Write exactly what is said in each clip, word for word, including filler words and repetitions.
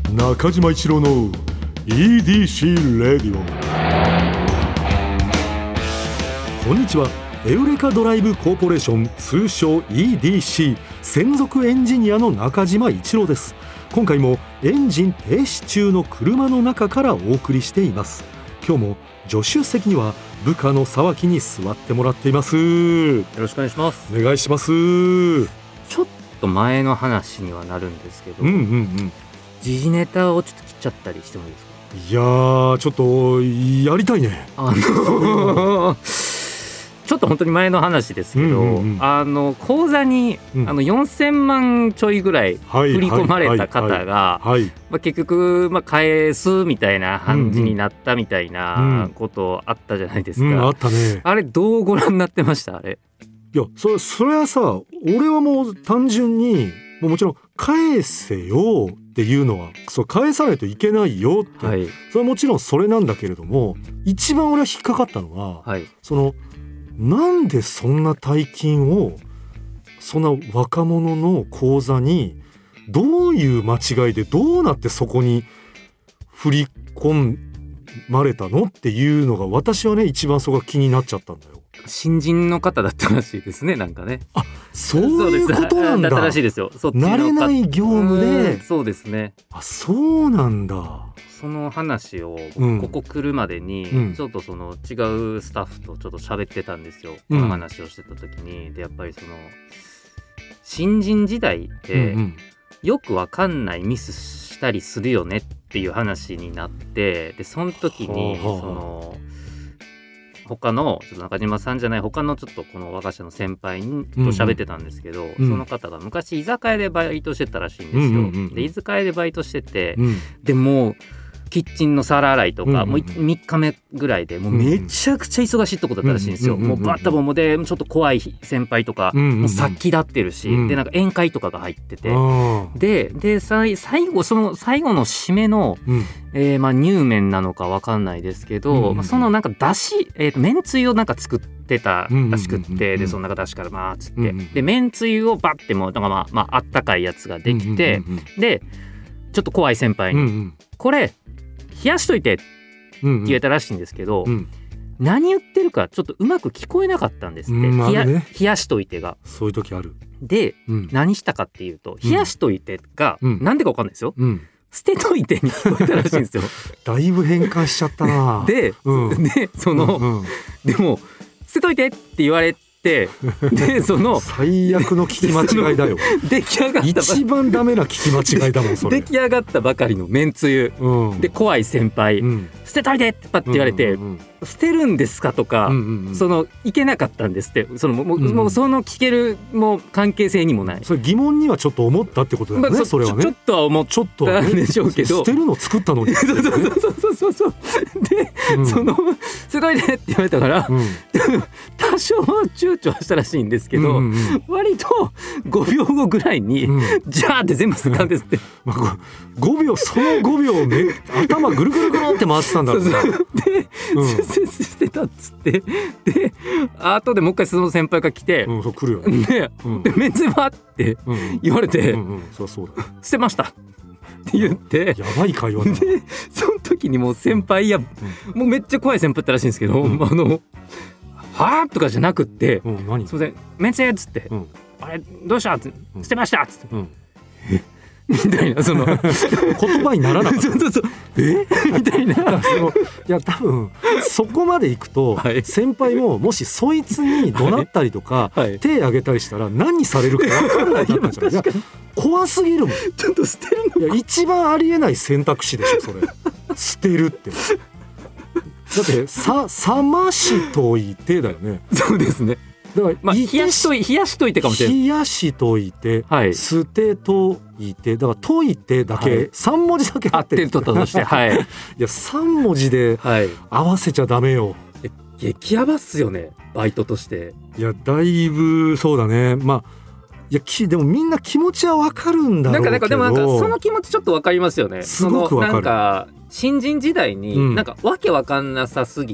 中島一郎の イーディーシー レディオ。こんにちは。エウレカドライブコーポレーション、通称 イーディーシー 専属エンジニアの中島一郎です。今回もエンジン停止中の車の中からお送りしています。今日も助手席には部下の沢木に座ってもらっています。よろしくお願いします。 お願いします。ちょっと前の話にはなるんですけど、 うんうんうん、 時事ネタをちょっと切っちゃったりしてもいいですか？ いやー、ちょっとやりたいね。 あのちょっと本当に前の話ですけど、うんうんうん、あの口座に、うん、あのよんせんまんちょいぐらい振り込まれた方が結局、まあ、返すみたいな感じになったみたいなことあったじゃないですか、 うんうん、あったね。 あれどうご覧になってました？あれ、 いや、それ、それはさ、俺はもう単純にもうもちろん返せよっていうのは、そう返さないといけないよって、はい、それはもちろんそれなんだけれども、一番俺は引っかかったのは、はい、そのなんでそんな大金をそんな若者の口座にどういう間違いでどうなってそこに振り込まれたのっていうのが、私はね一番そこが気になっちゃったんだよ。 新人の方だったらしいですね。なんかね、 あ、そういうことなんだ。 だったらしいですよ。そっちの慣れない業務で。 うそうですね。 あ、そうなんだ。 その話をここ来るまでに、うん、ちょっとその違うスタッフとちょっと喋ってたんですよ、うん、この話をしてた時に。でやっぱりその新人時代ってよくわかんないミスしたりするよねっていう話になって、でその時にその他のちょっと中島さんじゃない他のちょっとこの我が社の先輩と喋ってたんですけど、うんうん、その方が昔居酒屋でバイトしてたらしいんですよ、うんうんうん、で居酒屋でバイトしてて、うん、でもうキッチンの皿洗いとか、うんうんうん、もうみっかめぐらいでもうめちゃくちゃ忙しいとこだったらしいんですよ、うんうんうん、もうバッタボンもでちょっと怖い先輩とか、うんうんうん、もう殺気立ってるし、うん、でなんか宴会とかが入ってて、でで最後その最後の締めの、うん、えー、まあ乳麺なのか分かんないですけど、うんうんうん、まあ、そのなんかだし、えー、と麺つゆをなんか作ってたらしくって、うんうんうんうん、でそのなんかだしからまあつって、うんうん、で麺つゆをバッてもうなんかまあ、まあ、あったかいやつができて、うんうんうんうん、でちょっと怖い先輩に、うんうん、これ冷やしといてって言えたらしいんですけど、うんうん、何言ってるかちょっとうまく聞こえなかったんですって、うん、冷や、ね、冷やしといてが。 そういう時ある。 で、うん、何したかっていうと、冷やしといてが、うん、なんでか分かんないですよ、うん、捨てといてに聞こえたらしいんですよだいぶ変換しちゃったなで、うん、でその、うんうん、でも捨てといてって言われてでその最悪の聞き間違いだよ出来上がった一番ダメな聞き間違いだもんそれ。 出来上がったばかりのめんつゆ、うん、で怖い先輩、うん、捨てといてってパッて言われて、うんうんうん、捨てるんですかとか、うんうんうん、そのいけなかったんですって。そのもう、うんうん、もうその聞けるもう関係性にもない。 それ疑問にはちょっと思ったってことだよね、まあ、そ, それはねち, ちょっとは思ったんでしょうけど、 捨てるの作ったのにそうそうそうそうそうで、うん、その捨てといてって言われたから、うん、多少は躊躇したらしいんですけど、うんうん、割とごびょうごぐらいに、うん、ジャーって全部捨てたんですって、 まあ、ごびょうそのごびょうめ頭ぐるぐるぐるって回ってたんだろうな。 で、うん、捨てたっつって、で後でもう一回その先輩が来て、 うん、そう来るよね。 で、うん、でメンツはって言われて、うんうんうん、そうそうだ捨てましたって言って、 やばい会話だな。 でその時にもう先輩いや、うん、もうめっちゃ怖い先輩だったらしいんですけど、うん、あのはぁとかじゃなくって、うん、何すいませんメンツっつって、うん、あれどうしたって、うん、捨てましたっつって、うん、えみたいな、その言葉にならなかった。 そうそうそうえみたいな。 そのいや多分そこまでいくと、はい、先輩ももしそいつに怒鳴ったりとか、はい、手挙げたりしたら何されるか分からないだったんじゃない。いや怖すぎるもん。 ちょっと捨てるの。 いや一番ありえない選択肢でしょそれ捨てるって。だってさ冷ましといてだよね。 そうですね。 だから、 まあ、冷やしとい冷やしといてかもしれない。 冷やしといて、はい、捨てといて、だからといてだけ、はい、さん文字だけ合ってるととして、はい、いやさん文字で合わせちゃダメよ。 え激ヤバっすよねバイトとして。 いやだいぶそうだね。まあいやきでもみんな気持ちは分かるんだろうけど、なんかでもなんかその気持ちちょっと分かりますよね。 すごく分かる。 なんか新人時代になんかわけ分かんなさすぎて、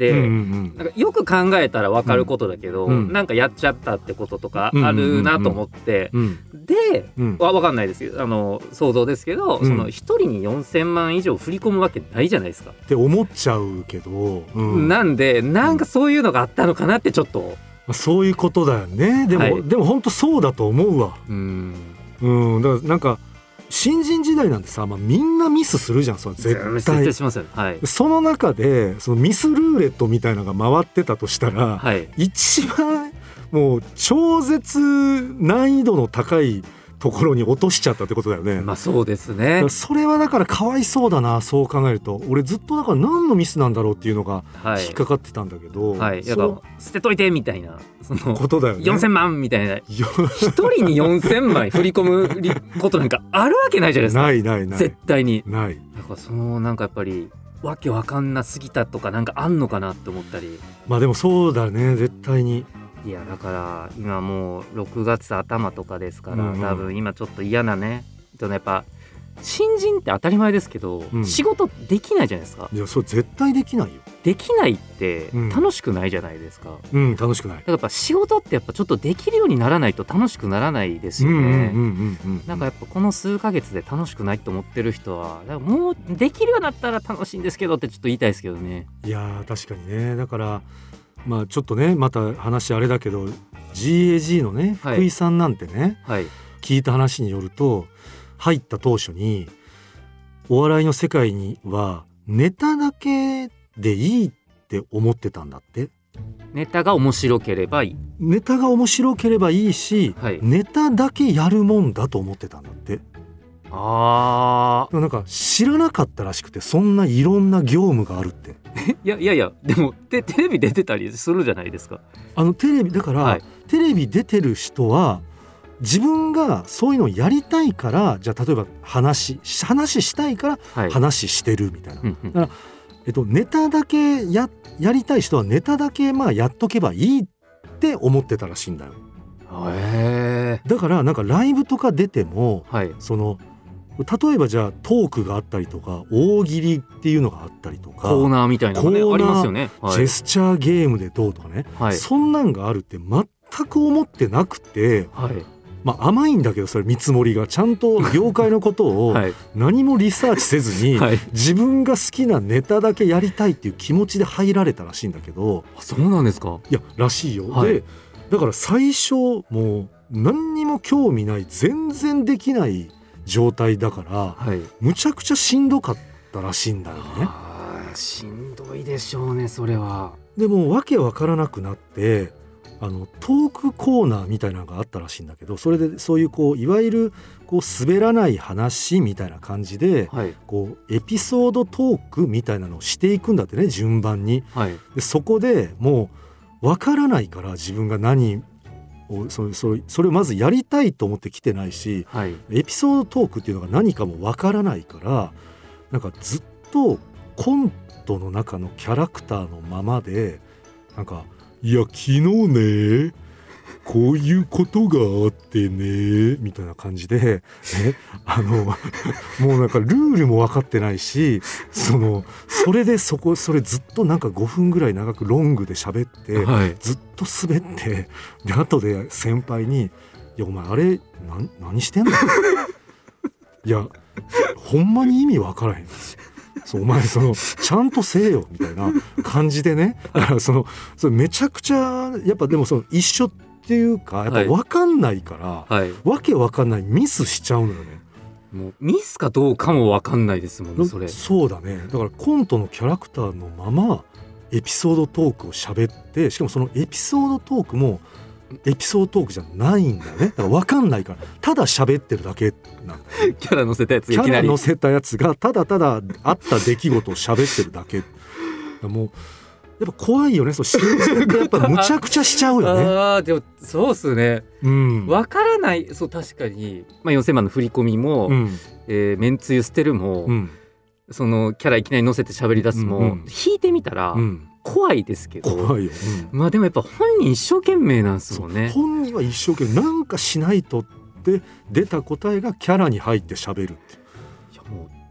て、うんうんうん、なんかよく考えたら分かることだけど、うん、なんかやっちゃったってこととかあるなと思って、うんうんうんうん、で、うん、わ分かんないですよ、あの想像ですけど、うん、そのひとりによんせんまん以上振り込むわけないじゃないですかって思っちゃうけど、 うん、なんでなんかそういうのがあったのかなってちょっと、 うん、そういうことだよね。でも、はい、でも本当そうだと思うわ。うん、うん、だからなんか新人時代なんてさ、まあ、みんなミスするじゃん、その絶対、 絶対しますよ、はい、 その中でそのミスルーレットみたいなのが回ってたとしたら、はい、一番もう超絶難易度の高いところに落としちゃったってことだよね。 まあそうですね。 それはだからかわいそうだな、そう考えると。俺ずっとだから何のミスなんだろうっていうのが引っかかってたんだけど、 はいはい、やっぱ捨てといてみたいなそのことだよね。 よんせんまんみたいなひとりによんせんまん振り込むことなんかあるわけないじゃないですか。 ないないない、 絶対にない。 だからそのなんかやっぱりわけわかんなすぎたとかなんかあんのかなって思ったり。 まあでもそうだね、絶対に。 いやだから今もうろくがつ頭とかですから、うんうん、多分今ちょっと嫌なね、やっぱ新人って当たり前ですけど、うん、仕事できないじゃないですか。 いやそれ絶対できないよ。 できないって楽しくないじゃないですか。 うん、うん、楽しくない。 だからやっぱ仕事ってやっぱちょっとできるようにならないと楽しくならないですよね。なんかやっぱこの数ヶ月で楽しくないと思ってる人はだからもうできるようになったら楽しいんですけどってちょっと言いたいですけどね。 いや確かにね。だからまあちょっとねまた話あれだけど ジーエージー のね福井さんなんてね、はい、聞いた話によると入った当初にお笑いの世界にはネタだけでいいって思ってたんだって。 ネタが面白ければいい。 ネタが面白ければいいし、はい、ネタだけやるもんだと思ってたんだって。 あなんか知らなかったらしくて、そんないろんな業務があるっていやいやいやでもテレビ出てたりするじゃないですか。 あのテレビだから、はい、テレビ出てる人は自分がそういうのをやりたいから、じゃあ例えば話話したいから話してるみたいな、はい、だから、えっと、ネタだけ や, やりたい人はネタだけまあやっとけばいいって思ってたらしいんだよ。 へー。 だからなんかライブとか出ても、はい、その例えばじゃあトークがあったりとか大喜利っていうのがあったりとかコーナーみたいなのが、ね、ありますよね、 はい、ジェスチャーゲームでどうとかね、はい、そんなんがあるって全く思ってなくて、はい、まあ甘いんだけどそれ見積もりがちゃんと業界のことを何もリサーチせずに、はい、自分が好きなネタだけやりたいっていう気持ちで入られたらしいんだけど。 あ、そうなんですか。 いやらしいよ、はい、でだから最初もう何にも興味ない全然できない状態だから、はい、むちゃくちゃしんどかったらしいんだよね。 あ、しんどいでしょうねそれは。 でもわけわからなくなってあのトークコーナーみたいなのがあったらしいんだけど、それでそういうこういわゆるこう滑らない話みたいな感じで、はい、こうエピソードトークみたいなのをしていくんだってね、順番に、はい、でそこでもうわからないから自分が何それ、それ、それをまずやりたいと思って来てないし、はい、エピソードトークっていうのが何かもわからないから、なんかずっとコントの中のキャラクターのままで、なんかいや昨日ねこういうことがあってねみたいな感じで、ね、あのもうなんかルールも分かってないし、そのそれでそこそれずっとなんかごふんぐらい長くロングで喋って、はい、ずっと滑って、で後で先輩に「いやお前あれな何してんの?」いやほんまに意味分からへんですよ。そうお前そのちゃんとせえよみたいな感じでね、だからそのそれめちゃくちゃやっぱでもその一緒っていうかやっぱ分かんないから、はい、わけ分かんないミスしちゃうのよね。 もうミスかどうかも分かんないですもんねそれ。 そうだね。だからコントのキャラクターのままエピソードトークを喋って、しかもそのエピソードトークもエピソードトークじゃないんだよね。だから分かんないからただ喋ってるだけなんだよ。 キャラ乗せたやつがいきなりキャラ乗せたやつがただただあった出来事を喋ってるだけ。もうやっぱ怖いよね。そう新人ってやっぱむちゃくちゃしちゃうよね。 あでもそうっすね、うん、分からない。そう確かに、まあ、よんせんまんの振り込みも、うん、えー、めんつゆ捨てるも、うん、そのキャラいきなり乗せて喋り出すも、うんうん、引いてみたら、うん、怖いですけど、 怖いよ、 うん、まあでもやっぱ本人一生懸命なんですもんね。 本人は一生懸命なんかしないとって出た答えがキャラに入って喋るって。 いやもう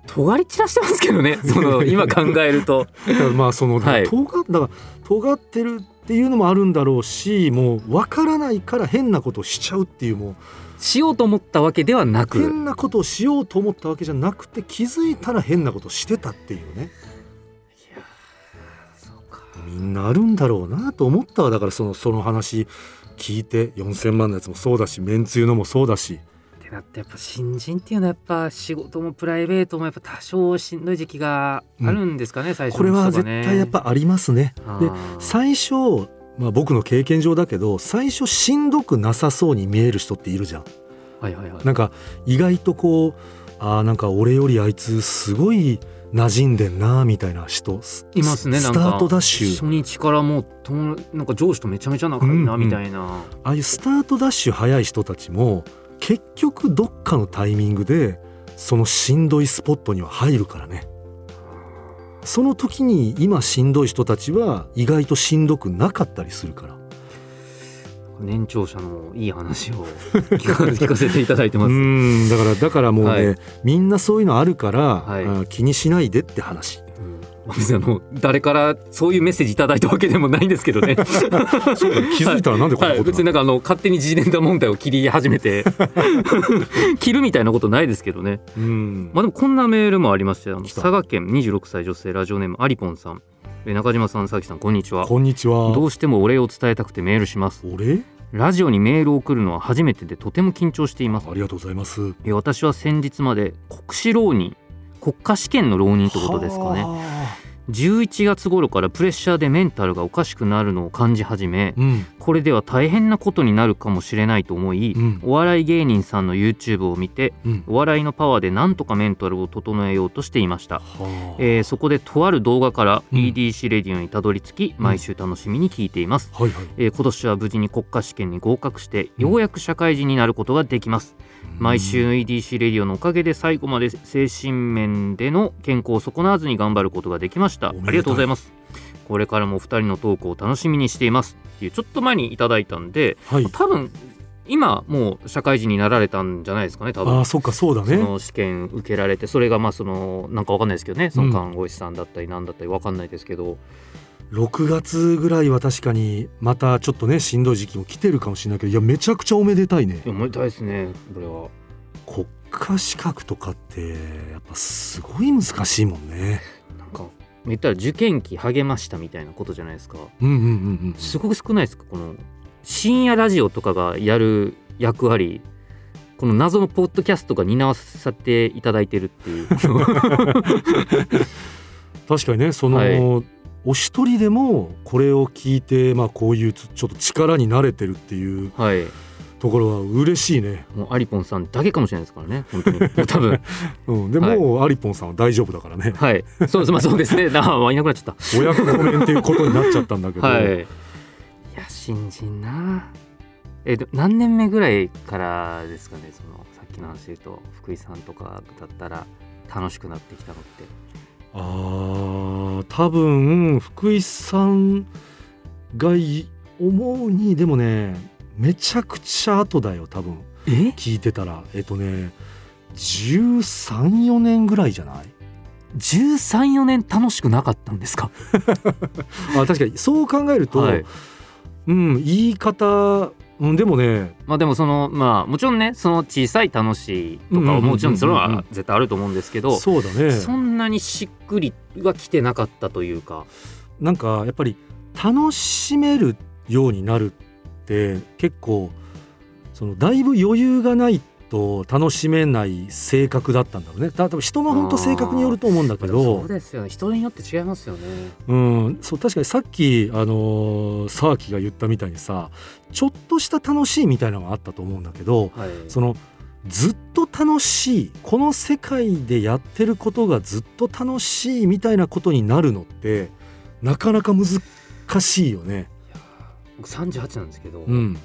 尖り散らしてますけどねその今考えるとまあその、はい、尖だから尖ってるっていうのもあるんだろうし、もう分からないから変なことをしちゃうっていう、もうしようと思ったわけではなく、 変なことをしようと思ったわけじゃなくて、気づいたら変なことをしてたっていうね。いやそうか、みんなあるんだろうなと思ったわ。だからそのその話聞いて、よんせんまんのやつもそうだし、めんつゆのもそうだしってなって、やっぱ新人っていうのはやっぱ仕事もプライベートもやっぱ多少しんどい時期があるんですかね、うん、最初の人がね。これは絶対やっぱありますね。で最初、まあ、僕の経験上だけど、最初しんどくなさそうに見える人っているじゃん。 はいはいはい、 なんか意外とこう、あ、なんか俺よりあいつすごい馴染んでんなみたいな人いますね。 スタートダッシュ、 初日からもうとなんか上司とめちゃめちゃ仲いいなみたいな、うんうん、ああいうスタートダッシュ早い人たちも結局どっかのタイミングでそのしんどいスポットには入るからね。その時に今しんどい人たちは意外としんどくなかったりするから。 年長者のいい話を聞か, 聞かせていただいてます。 うんだからだからもうね、はい、みんなそういうのあるから、はい、気にしないでって話。 別にあの誰からそういうメッセージいただいたわけでもないんですけどねそう気づいたらなんでこんなことなの、はいはい、 別になんかあの勝手に時点だ問題を切り始めて切るみたいなことないですけどね。うん、まあ、でもこんなメールもありまして、あの佐賀県にじゅうろくさい女性ラジオネームアリポンさん、中島さん、佐々木さん、こんにちは。 こんにちは。 どうしてもお礼を伝えたくてメールします。 お礼？ ラジオにメールを送るのは初めてでとても緊張しています。 ありがとうございます。 私は先日まで国試浪人、国家試験の浪人ってことですかね。じゅういちがつ頃からプレッシャーでメンタルがおかしくなるのを感じ始め、うん、これでは大変なことになるかもしれないと思い、うん、お笑い芸人さんの YouTube を見て、うん、お笑いのパワーでなんとかメンタルを整えようとしていました。えー、そこでとある動画から イーディーシー レディオにたどり着き、毎週楽しみに聞いています。はいはい、えー、今年は無事に国家試験に合格してようやく社会人になることができます。毎週の イーディーシー レディオのおかげで最後まで精神面での健康を損なわずに頑張ることができました。ありがとうございます。これからもふたりのトークを楽しみにしていますっていう、ちょっと前にいただいたんで、はい、多分今もう社会人になられたんじゃないですかね。多分あ、そっか、そうだね。 その試験受けられて、それがまあそのなんかわかんないですけどね、その看護師さんだったりなんだったりわかんないですけど、 うん、ろくがつぐらいは確かにまたちょっとねしんどい時期も来てるかもしれないけど、いやめちゃくちゃおめでたいね。 いやおめでたいですね。これは国家資格とかってやっぱすごい難しいもんね。 なんか言ったら受験期励ましたみたいなことじゃないですか。 うんうんうんうん、 すごく少ないですか、この深夜ラジオとかがやる役割、この謎のポッドキャストが担わせていただいてるっていう確かにね、その、はい、お一人でもこれを聞いて、まあ、こういうちょっと力に慣れてるっていう、はい、ところは嬉しいね。 もうアリポンさんだけかもしれないですからね、本当に多分、 うん、でも、はい、アリポンさんは大丈夫だからね。 はい、そうです、まあ、そうですね。あ、いなくなっちゃった。 親子ごめんっていうことになっちゃったんだけど、はい、いや新人な。え何年目ぐらいからですかね、そのさっきの話で言うと福井さんとかだったら楽しくなってきたのって。 あ、多分福井さんが思うに、でもねめちゃくちゃ後だよ多分。え聞いてたらえっとねじゅうさん、よねんぐらいじゃない？ じゅうさん、よねん楽しくなかったんですか？ あ、確かにそう考えると、はい、うん、言い方、うん、でもね、 まあでもそのまあもちろんね、その小さい楽しいとかはもちろんそれは絶対あると思うんですけど、 そうだね、 そんなにしっくりは来てなかったというか、 なんかやっぱり楽しめるようになるって結構そのだいぶ余裕がないと楽しめない性格だったんだろうね。多分人の本当性格によると思うんだけど、 そうですよね、人によって違いますよね。 うん、そう、確かにさっきあの沢木が言ったみたいにさ、ちょっとした楽しいみたいなのがあったと思うんだけど、はい、そのずっと楽しい、この世界でやってることがずっと楽しいみたいなことになるのってなかなか難しいよね。 いや僕さんじゅうはちなんですけど、 うん、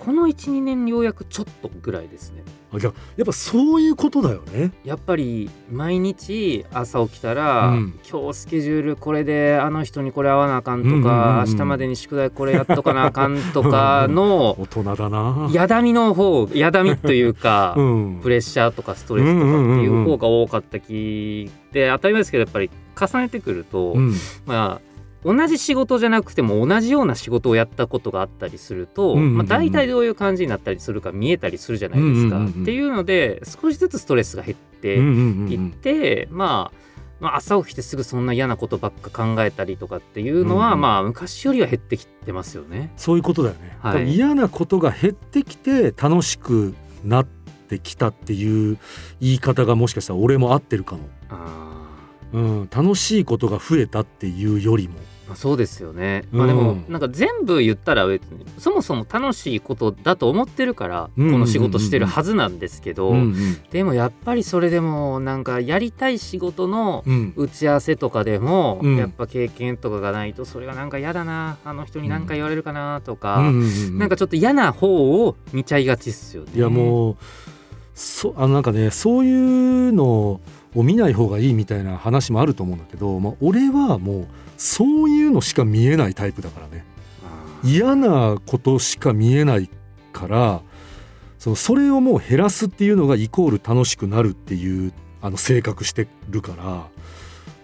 この いちにねんようやくちょっとぐらいですね。 あ、じゃあやっぱそういうことだよね。 やっぱり毎日朝起きたら、うん、今日スケジュールこれであの人にこれ会わなあかんとか、うんうんうん、明日までに宿題これやっとかなあかんとかの大人だな、 やだみの方やだみというか、うん、プレッシャーとかストレスとかっていう方が多かった気で、当たり前ですけどやっぱり重ねてくると、うん、まあ同じ仕事じゃなくても同じような仕事をやったことがあったりすると、うんうんうん、まあ、大体どういう感じになったりするか見えたりするじゃないですか、うんうんうん、っていうので少しずつストレスが減っていって、うんうんうん、まあ、まあ朝起きてすぐそんな嫌なことばっか考えたりとかっていうのは、うんうん、まあ昔よりは減ってきてますよね。 そういうことだよね、はい、嫌なことが減ってきて楽しくなってきたっていう言い方がもしかしたら俺も合ってるかも。あ、うん、楽しいことが増えたっていうよりも、 まあ、そうですよね、うん、まあ、でもなんか全部言ったら別にそもそも楽しいことだと思ってるからこの仕事してるはずなんですけど、うんうんうん、でもやっぱりそれでもなんかやりたい仕事の打ち合わせとかでも、うん、やっぱ経験とかがないとそれがなんか嫌だな、あの人に何か言われるかなとか、うんうんうんうん、なんかちょっと嫌な方を見ちゃいがちっすよね。 いやもうそあのなんかね、そういうのを見ない方がいいみたいな話もあると思うんだけど、まあ、俺はもうそういうのしか見えないタイプだからね。嫌なことしか見えないから、そのそれをもう減らすっていうのがイコール楽しくなるっていうあの性格してるから、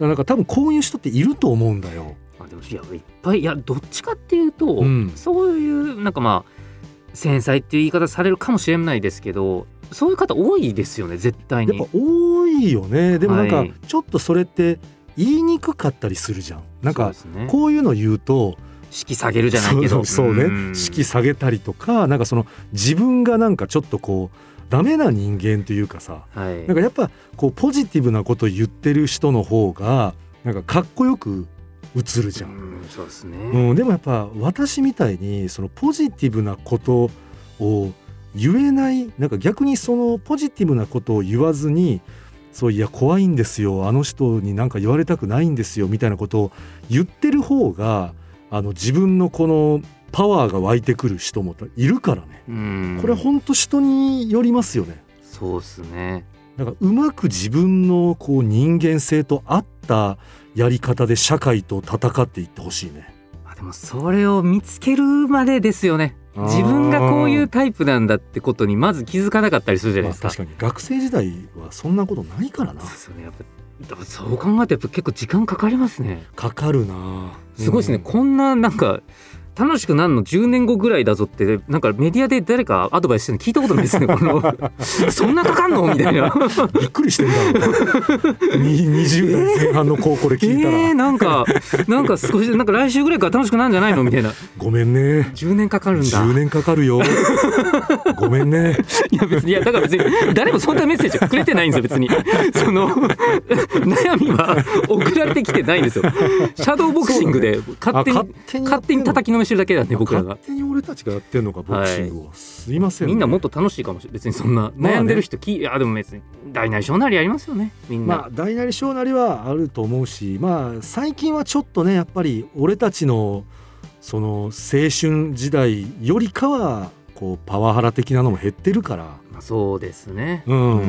なんか多分こういう人っていると思うんだよ。 あ、でもいやいっぱい、いやどっちかっていうと、うん、そういうなんかまあ繊細っていう言い方されるかもしれないですけど、そういう方多いですよね、絶対に。 やっぱ多いよね。でもなんかちょっとそれって言いにくかったりするじゃん。なんかこういうの言うと式下げるじゃないけど、 そう、そうね、式下げたりとか、なんかその自分がなんかちょっとこうダメな人間というかさ、はい、なんかやっぱこうポジティブなこと言ってる人の方がなんかかっこよく映るじゃん。うん、 そうですね。 うん、でもやっぱ私みたいにそのポジティブなことを言えない、なんか逆にそのポジティブなことを言わずに、そういや怖いんですよ、あの人に何か言われたくないんですよみたいなことを言ってる方が、あの自分のこのパワーが湧いてくる人もいるからね。うん、これは本当人によりますよね。 そうですね。 だからうまく自分のこう人間性と合ったやり方で社会と戦っていってほしいね。 あ、でもそれを見つけるまでですよね。自分がこういうタイプなんだってことにまず気づかなかったりするじゃないですか。 まあ、確かに学生時代はそんなことないからな。 そうですよね。やっぱそう考えてやっぱ結構時間かかりますね。 かかるな。 すごいですね、うん、こんななんか楽しくなるのじゅうねんごぐらいだぞってなんかメディアで誰かアドバイスしてるの聞いたことないですね。このそんなかかんのみたいな。 びっくりしてんだろうにじゅう代前半の高校で聞いたら、 えー、なんかなんか少しなんか来週ぐらいから楽しくなるんじゃないのみたいな。 ごめんね、 じゅうねんかかるんだ。 じゅうねんかかるよごめんね。 いや別に、いやだから別に誰もそんなメッセージはくれてないんですよ。別にその悩みは送られてきてないんですよ。シャドーボクシングで勝手に勝手に勝手に叩きのめしてるだけなんで、僕らが勝手に俺たちがやってんのかボクシングを、はい、すいません、ね、 みんなもっと楽しいかもしれない。別にそんな悩んでる人、まあね、いやでも別に大なり小なりありますよね、みんな。 まあ大なり小なりはあると思うし、まあ最近はちょっとねやっぱり俺たちのその青春時代よりかはこうパワハラ的なのも減ってるから、 まあ、そうですね、 うん、うん、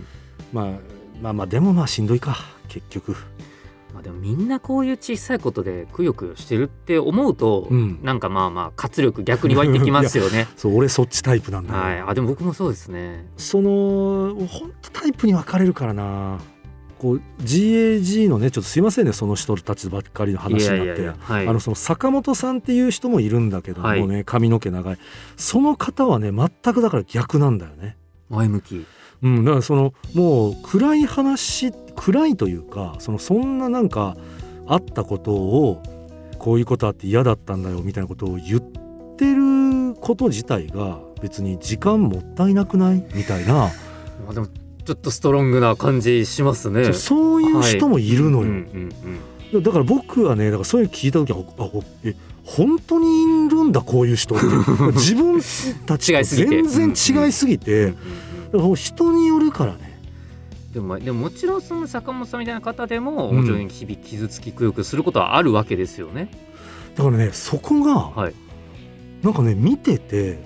まあ、まあまあでもまあしんどいか結局。 まあ、でもみんなこういう小さいことでくよくよしてるって思うと、うん、なんかまあまあ活力逆に湧いてきますよね。 そう、俺そっちタイプなんだよ、 はい、あでも僕もそうですね。 その本当タイプに分かれるからな。こう ジーエージー のねちょっとすいませんね、その人たちばっかりの話になって、いやいやいや、はい、あのその坂本さんっていう人もいるんだけどもね、はい、髪の毛長いその方はね全くだから逆なんだよね。 前向き。 うん、だからそのもう暗い話暗いというか、そのそんななんかあったことをこういうことあって嫌だったんだよみたいなことを言ってること自体が別に時間もったいなくないみたいな。 まあでもちょっとストロングな感じしますね。 そういう人もいるのよ、はい、うんうんうん、だから僕はね、だからそういうの聞いた時はあえ本当にいるんだこういう人って自分たちと全然違いすぎて、人によるからね。 でも、でももちろんその坂本さんみたいな方でも、うん、もちろん日々傷つきくよくすることはあるわけですよね。 だからねそこが、はい、なんかね見てて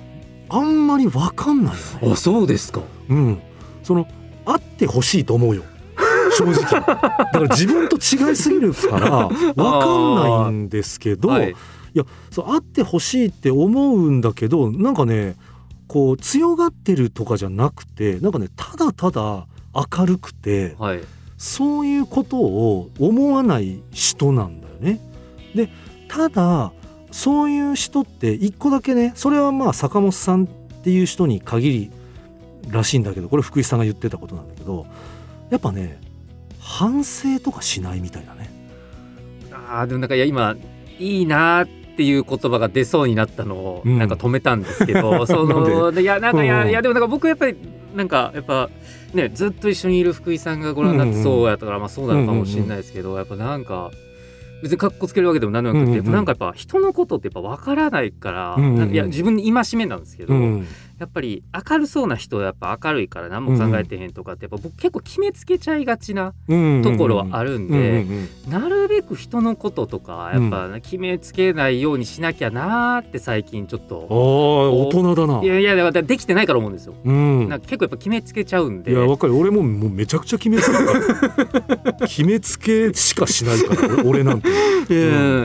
あんまり分かんないよね。 あ、そうですか。 うん、そのあってほしいと思うよ正直だから自分と違いすぎるから分かんないんですけど、はい、いやそうあってほしいって思うんだけど、なんかねこう強がってるとかじゃなくて、なんかねただただ明るくて、はい、そういうことを思わない人なんだよね。でただそういう人って一個だけね、それはまあ坂本さんっていう人に限りらしいんだけど、これ福井さんが言ってたことなんだけど、やっぱね反省とかしないみたいだね。 あーでもなんかいや今いいなっていう言葉が出そうになったのをなんか止めたんですけど、うん、そのいやなんかいや、うん、いやでもなんか僕やっぱりなんかやっぱねずっと一緒にいる福井さんがご覧になってそうやったから、うんうん、まあそうなのかもしれないですけど、やっぱなんか別にカッコつけるわけでも何でもなくて、うんうん、なんかやっぱ人のことってやっぱ分からないから、うんうん、いや自分に戒めなんですけど、うん、やっぱり明るそうな人はやっぱ明るいから何も考えてへんとかってやっぱ僕結構決めつけちゃいがちなところはあるんで、なるべく人のこととかやっぱ決めつけないようにしなきゃなーって最近ちょっと、 あ大人だな。 いやいやだからできてないから思うんですよ、うん、なんか結構やっぱ決めつけちゃうんで。 いや分かる、俺ももうめちゃくちゃ決めつけるから決めつけしかしないから俺なんて、 うん、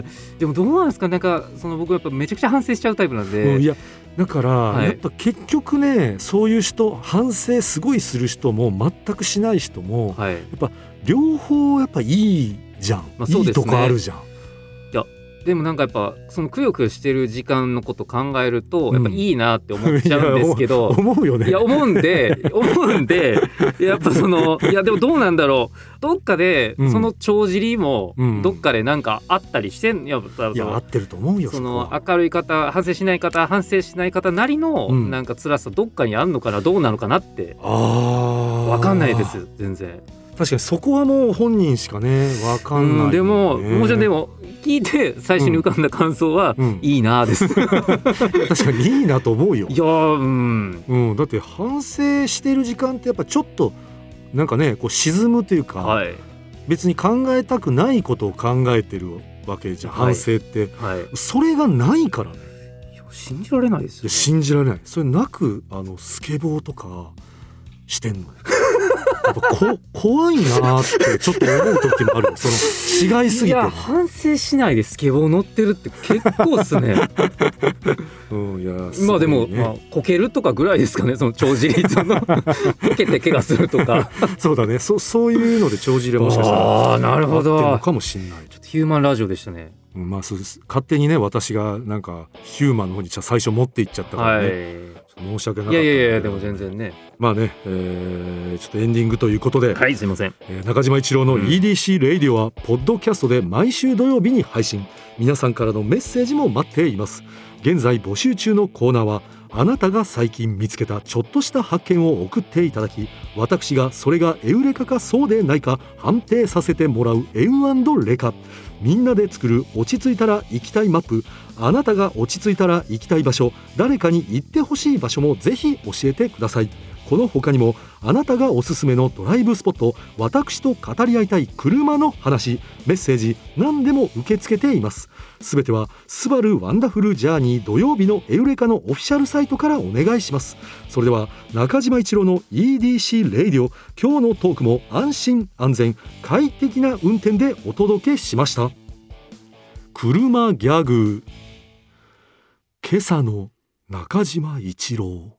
でもどうなんですか、なんかその僕やっぱめちゃくちゃ反省しちゃうタイプなんで、 うん、いやだから、はい、やっぱ結局ねそういう人反省すごいする人も全くしない人も、はい、やっぱ両方やっぱいいじゃん、まあそうですね、いいとこあるじゃん。 いやでもなんかやっぱそのくよくよしてる時間のこと考えるとやっぱいいなって思っちゃうんですけど、 うん、思うよね。 いや思うんで思うんでやっぱそのいやでもどうなんだろう、どっかでその帳尻もどっかでなんかあったりしてん、 いやいや合ってると思うよ。 その明るい方反省しない方反省しない方なりのなんか辛さどっかにあんのかな、どうなのかなって、あ分かんないです全然。 確かにそこはもう本人しかね分かんない、ね、うん、 でももちろんでも聞いて最初に浮かんだ感想は、うん、いいなです確かにいいなと思うよ。 いや、うんうん、だって反省してる時間ってやっぱちょっとなんかねこう沈むというか、はい、別に考えたくないことを考えてるわけじゃん、はい、反省って、はい、それがないからね。 いや信じられないですよ、ね、 信じられない。それなくあのスケボーとかしてんのやっぱこ怖いなってちょっと思う時もあるその違いすぎて。いや反省しないでスケボー乗ってるって結構っすねうん、いやまあでも、まあ、こけるとかぐらいですかね、その帳尻そのこけて怪我するとかそうだね、そそういうので帳尻もしかしたらあなるほど合ってるのかもしれない。 ちょっとヒューマンラジオでしたね。 まあ、そうです。勝手にね私がなんかヒューマンの方に最初持っていっちゃったからね、はい、申し訳なかった。 いやいやいやでも全然ね、 まあね、えー、ちょっとエンディングということで、 はいすいません、 えー、中島一郎の イーディーシー レイディオはポッドキャストで毎週土曜日に配信、皆さんからのメッセージも待っています。現在募集中のコーナーはあなたが最近見つけたちょっとした発見を送っていただき、私がそれがエウレカかそうでないか判定させてもらうエウ&レカ。みんなで作る落ち着いたら行きたいマップ。あなたが落ち着いたら行きたい場所、誰かに行ってほしい場所もぜひ教えてください。この他にもあなたがおすすめのドライブスポット、私と語り合いたい車の話、メッセージ何でも受け付けています。すべてはスバルワンダフルジャーニー土曜日のエウレカのオフィシャルサイトからお願いします。それでは中島一郎の イーディーシー レイディオ、今日のトークも安心安全快適な運転でお届けしました。車ギャグ、今朝の中島一郎。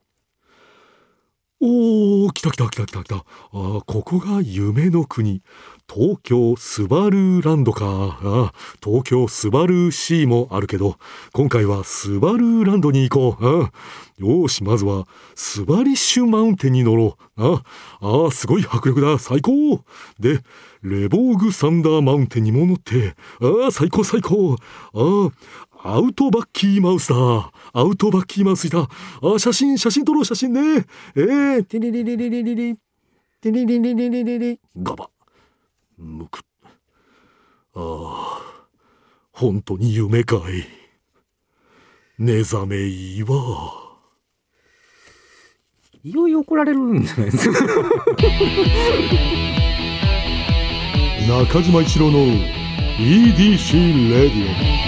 おー来た来た来た来た来た。あーここが夢の国、東京スバルランドか。あ東京スバルシーもあるけど今回はスバルランドに行こう。あよしまずはスバリッシュマウンテンに乗ろう。ああすごい迫力だ、最高でレボーグサンダーマウンテンにも乗って、あ最高最高。あアウトバッキーマウスだ。アウトバッキーマウスいた。あ写真写真撮ろう写真ね。えー、テリリリリリリリテリリリリリリリガバむく。ああ本当に夢かい。寝覚めいいわ。 いよいよ怒られるんじゃないですか中島一郎の イーディーシー レディオ。